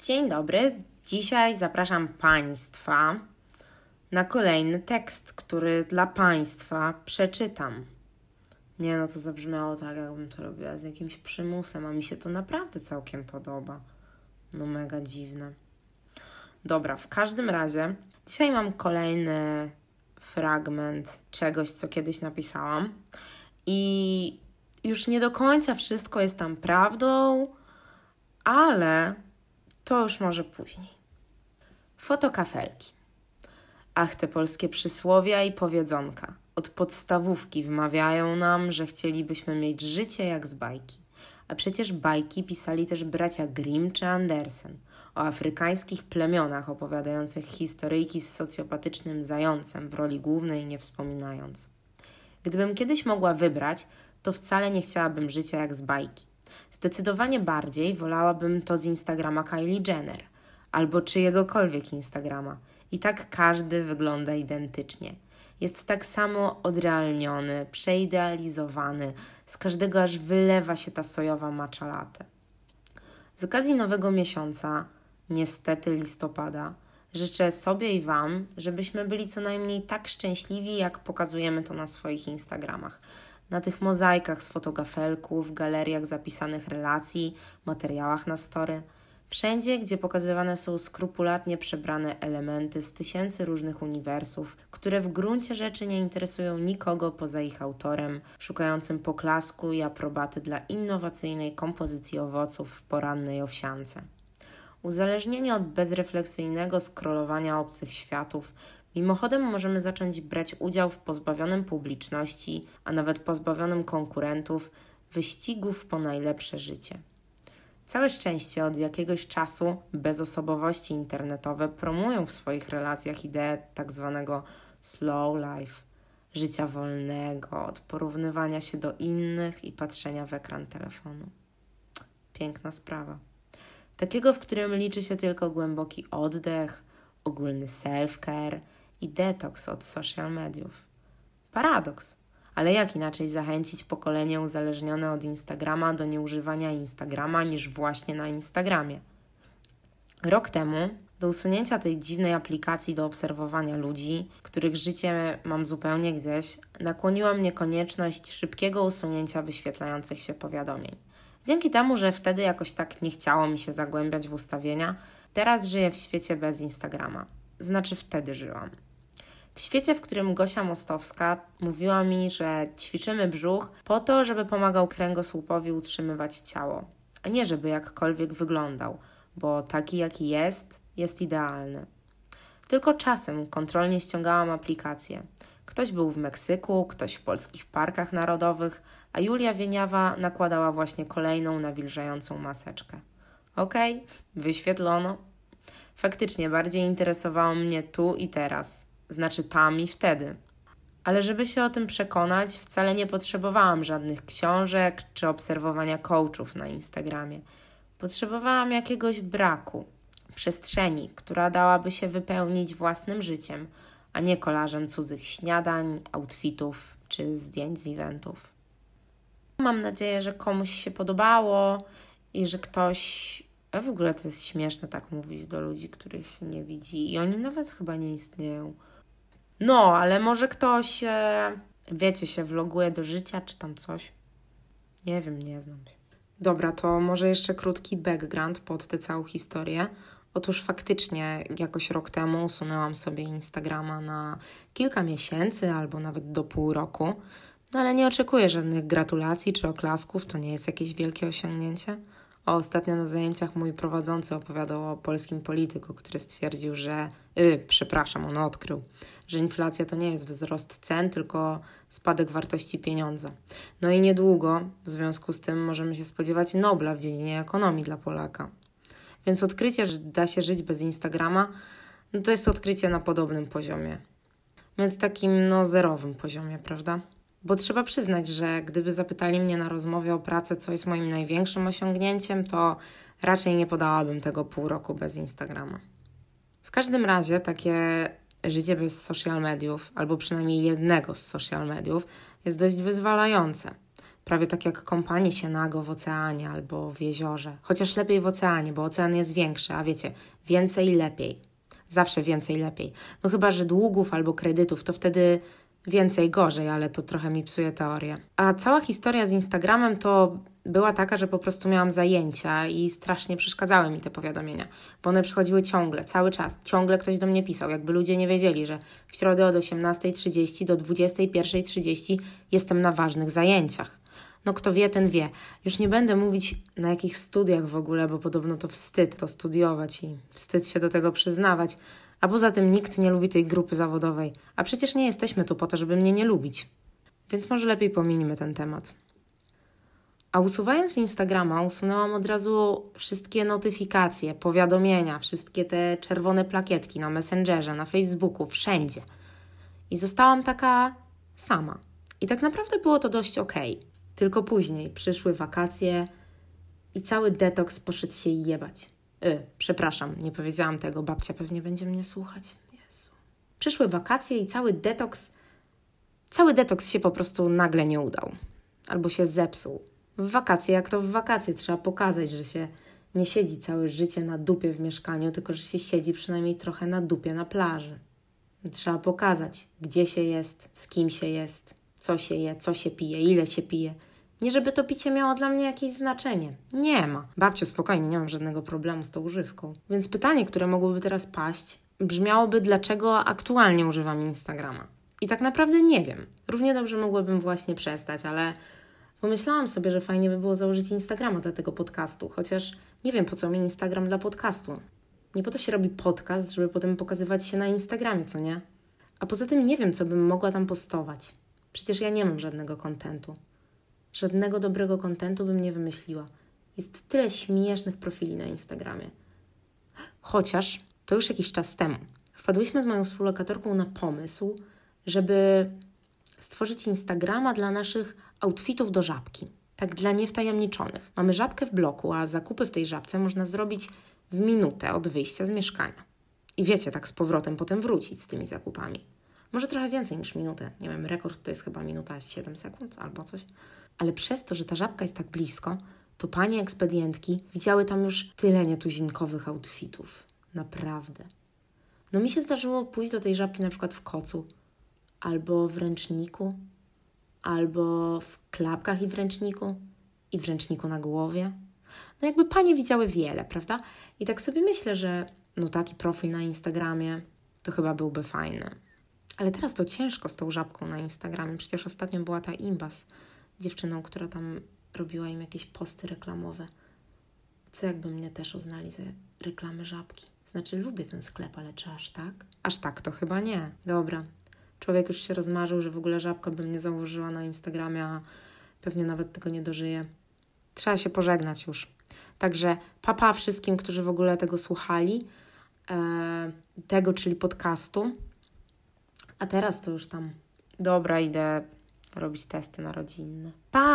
Dzień dobry. Dzisiaj zapraszam Państwa na kolejny tekst, który dla Państwa przeczytam. Nie, no to zabrzmiało tak, jakbym to robiła z jakimś przymusem, a mi się to naprawdę całkiem podoba. No mega dziwne. Dobra, w każdym razie dzisiaj mam kolejny fragment czegoś, co kiedyś napisałam i już nie do końca wszystko jest tam prawdą, ale to już może później. Fotokafelki. Ach, te polskie przysłowia i powiedzonka. Od podstawówki wmawiają nam, że chcielibyśmy mieć życie jak z bajki. A przecież bajki pisali też bracia Grimm czy Andersen. O afrykańskich plemionach opowiadających historyjki z socjopatycznym zającem w roli głównej nie wspominając. Gdybym kiedyś mogła wybrać, to wcale nie chciałabym życia jak z bajki. Zdecydowanie bardziej wolałabym to z Instagrama Kylie Jenner albo czyjegokolwiek Instagrama. I tak każdy wygląda identycznie. Jest tak samo odrealniony, przeidealizowany, z każdego aż wylewa się ta sojowa matcha latte. Z okazji nowego miesiąca, niestety listopada, życzę sobie i Wam, żebyśmy byli co najmniej tak szczęśliwi, jak pokazujemy to na swoich Instagramach. Na tych mozaikach z fotogafelków, galeriach zapisanych relacji, materiałach na story. Wszędzie, gdzie pokazywane są skrupulatnie przebrane elementy z tysięcy różnych uniwersów, które w gruncie rzeczy nie interesują nikogo poza ich autorem, szukającym poklasku i aprobaty dla innowacyjnej kompozycji owoców w porannej owsiance. Uzależnieni od bezrefleksyjnego scrollowania obcych światów, mimochodem możemy zacząć brać udział w pozbawionym publiczności, a nawet pozbawionym konkurentów, wyścigów po najlepsze życie. Całe szczęście od jakiegoś czasu bezosobowości internetowe promują w swoich relacjach ideę tak zwanego slow life, życia wolnego, od porównywania się do innych i patrzenia w ekran telefonu. Piękna sprawa. Takiego, w którym liczy się tylko głęboki oddech, ogólny self-care i detoks od social mediów. Paradoks, ale jak inaczej zachęcić pokolenie uzależnione od Instagrama do nieużywania Instagrama niż właśnie na Instagramie? Rok temu, do usunięcia tej dziwnej aplikacji do obserwowania ludzi, których życie mam zupełnie gdzieś, nakłoniła mnie konieczność szybkiego usunięcia wyświetlających się powiadomień. Dzięki temu, że wtedy jakoś tak nie chciało mi się zagłębiać w ustawienia, teraz żyję w świecie bez Instagrama. Znaczy wtedy żyłam. W świecie, w którym Gosia Mostowska mówiła mi, że ćwiczymy brzuch po to, żeby pomagał kręgosłupowi utrzymywać ciało, a nie żeby jakkolwiek wyglądał, bo taki jaki jest idealny. Tylko czasem kontrolnie ściągałam aplikację. Ktoś był w Meksyku, ktoś w polskich parkach narodowych, a Julia Wieniawa nakładała właśnie kolejną nawilżającą maseczkę. Okej, wyświetlono. Faktycznie bardziej interesowało mnie tu i teraz. Znaczy tam i wtedy. Ale żeby się o tym przekonać, wcale nie potrzebowałam żadnych książek czy obserwowania coachów na Instagramie. Potrzebowałam jakiegoś braku, przestrzeni, która dałaby się wypełnić własnym życiem, a nie kolażem cudzych śniadań, outfitów czy zdjęć z eventów. Mam nadzieję, że komuś się podobało i że ktoś... A w ogóle to jest śmieszne tak mówić do ludzi, których się nie widzi i oni nawet chyba nie istnieją. No, ale może ktoś, wiecie, się vloguje do życia czy tam coś. Nie wiem, nie znam się. Dobra, to może jeszcze krótki background pod tę całą historię. Otóż faktycznie jakoś rok temu usunęłam sobie Instagrama na kilka miesięcy albo nawet do pół roku. No ale nie oczekuję żadnych gratulacji czy oklasków, to nie jest jakieś wielkie osiągnięcie. Ostatnio na zajęciach mój prowadzący opowiadał o polskim polityku, który stwierdził, że... on odkrył, że inflacja to nie jest wzrost cen, tylko spadek wartości pieniądza. No i niedługo w związku z tym możemy się spodziewać Nobla w dziedzinie ekonomii dla Polaka. Więc odkrycie, że da się żyć bez Instagrama, no to jest odkrycie na podobnym poziomie. Więc takim zerowym poziomie, prawda? Bo trzeba przyznać, że gdyby zapytali mnie na rozmowie o pracę, co jest moim największym osiągnięciem, to raczej nie podałabym tego pół roku bez Instagrama. W każdym razie takie życie bez social mediów, albo przynajmniej jednego z social mediów, jest dość wyzwalające. Prawie tak jak kąpanie się nago w oceanie albo w jeziorze. Chociaż lepiej w oceanie, bo ocean jest większy, a wiecie, więcej lepiej. Zawsze więcej lepiej. No chyba, że długów albo kredytów, to wtedy więcej gorzej, ale to trochę mi psuje teorię. A cała historia z Instagramem to była taka, że po prostu miałam zajęcia i strasznie przeszkadzały mi te powiadomienia, bo one przychodziły ciągle, cały czas. Ciągle ktoś do mnie pisał, jakby ludzie nie wiedzieli, że w środę od 18:30 do 21:30 jestem na ważnych zajęciach. No kto wie, ten wie. Już nie będę mówić na jakich studiach w ogóle, bo podobno to wstyd to studiować i wstyd się do tego przyznawać. A poza tym nikt nie lubi tej grupy zawodowej. A przecież nie jesteśmy tu po to, żeby mnie nie lubić. Więc może lepiej pomińmy ten temat. A usuwając z Instagrama, usunęłam od razu wszystkie notyfikacje, powiadomienia, wszystkie te czerwone plakietki na Messengerze, na Facebooku, wszędzie. I zostałam taka sama. I tak naprawdę było to dość okej. Tylko później przyszły wakacje i cały detoks poszedł się jebać. Przepraszam, nie powiedziałam tego, babcia pewnie będzie mnie słuchać. Jezu. Przyszły wakacje i cały detoks się po prostu nagle nie udał. Albo się zepsuł. W wakacje, jak to w wakacje, trzeba pokazać, że się nie siedzi całe życie na dupie w mieszkaniu, tylko że się siedzi przynajmniej trochę na dupie na plaży. Trzeba pokazać, gdzie się jest, z kim się jest, co się je, co się pije, ile się pije. Nie żeby to picie miało dla mnie jakieś znaczenie. Nie ma. Babciu, spokojnie, nie mam żadnego problemu z tą używką. Więc pytanie, które mogłoby teraz paść, brzmiałoby, dlaczego aktualnie używam Instagrama. I tak naprawdę nie wiem. Równie dobrze mogłabym właśnie przestać, ale pomyślałam sobie, że fajnie by było założyć Instagrama dla tego podcastu, chociaż nie wiem, po co mi Instagram dla podcastu. Nie po to się robi podcast, żeby potem pokazywać się na Instagramie, co nie? A poza tym nie wiem, co bym mogła tam postować. Przecież ja nie mam żadnego kontentu. Żadnego dobrego kontentu bym nie wymyśliła. Jest tyle śmiesznych profili na Instagramie. Chociaż to już jakiś czas temu wpadłyśmy z moją współlokatorką na pomysł, żeby stworzyć Instagrama dla naszych outfitów do żabki. Tak dla niewtajemniczonych. Mamy żabkę w bloku, a zakupy w tej żabce można zrobić w minutę od wyjścia z mieszkania. I wiecie, tak z powrotem potem wrócić z tymi zakupami. Może trochę więcej niż minutę. Nie wiem, rekord to jest chyba minuta 7 sekund albo coś. Ale przez to, że ta żabka jest tak blisko, to panie ekspedientki widziały tam już tyle nietuzinkowych outfitów. Naprawdę. No mi się zdarzyło pójść do tej żabki na przykład w kocu, albo w ręczniku, albo w klapkach i w ręczniku na głowie. No jakby panie widziały wiele, prawda? I tak sobie myślę, że no taki profil na Instagramie to chyba byłby fajny. Ale teraz to ciężko z tą żabką na Instagramie. Przecież ostatnio była ta imba z dziewczyną, która tam robiła im jakieś posty reklamowe. Co jakby mnie też uznali za reklamę żabki? Znaczy lubię ten sklep, ale czy aż tak? Aż tak to chyba nie. Dobra. Człowiek już się rozmarzył, że w ogóle żabka by mnie założyła na Instagramie, a pewnie nawet tego nie dożyje. Trzeba się pożegnać już. Także papa wszystkim, którzy w ogóle tego słuchali, czyli podcastu. A teraz to już tam, dobra, idę robić testy narodzinne. Pa!